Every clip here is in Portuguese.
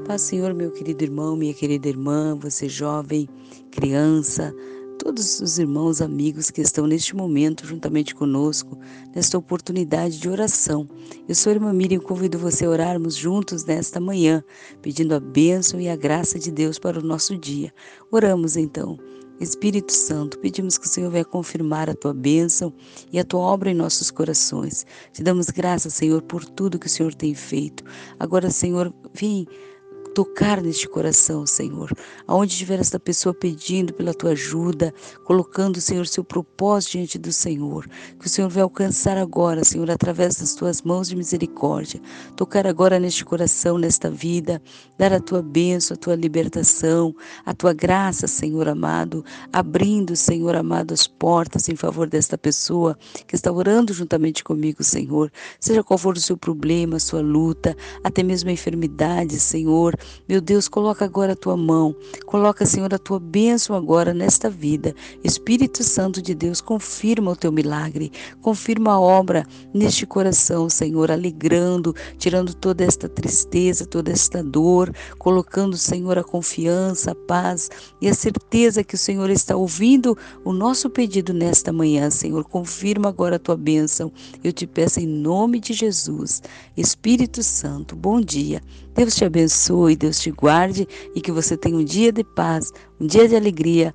Paz, Senhor, meu querido irmão, minha querida irmã, você jovem, criança, todos os irmãos, amigos que estão neste momento juntamente conosco, nesta oportunidade de oração. Eu sou a irmã Miriam e convido você a orarmos juntos nesta manhã, pedindo a bênção e a graça de Deus para o nosso dia. Oramos então. Espírito Santo, pedimos que o Senhor venha confirmar a tua bênção e a tua obra em nossos corações. Te damos graças, Senhor, por tudo que o Senhor tem feito. Agora, Senhor, vem tocar neste coração, Senhor. Aonde estiver esta pessoa pedindo pela tua ajuda, colocando, Senhor, seu propósito diante do Senhor. Que o Senhor vai alcançar agora, Senhor, através das tuas mãos de misericórdia. Tocar agora neste coração, nesta vida, dar a tua bênção, a tua libertação, a tua graça, Senhor amado, abrindo, Senhor amado, as portas em favor desta pessoa que está orando juntamente comigo, Senhor. Seja qual for o seu problema, a sua luta, até mesmo a enfermidade, Senhor. Meu Deus, coloca agora a tua mão, coloca, Senhor, a tua bênção agora nesta vida. Espírito Santo de Deus, confirma o teu milagre, confirma a obra neste coração, Senhor, alegrando, tirando toda esta tristeza, toda esta dor, colocando, Senhor, a confiança, a paz e a certeza que o Senhor está ouvindo o nosso pedido nesta manhã, Senhor. Confirma agora a tua bênção. Eu te peço em nome de Jesus. Espírito Santo, bom dia. Deus te abençoe, Deus te guarde e que você tenha um dia de paz, um dia de alegria,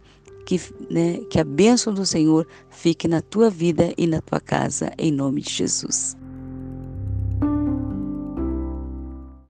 que a bênção do Senhor fique na tua vida e na tua casa, em nome de Jesus.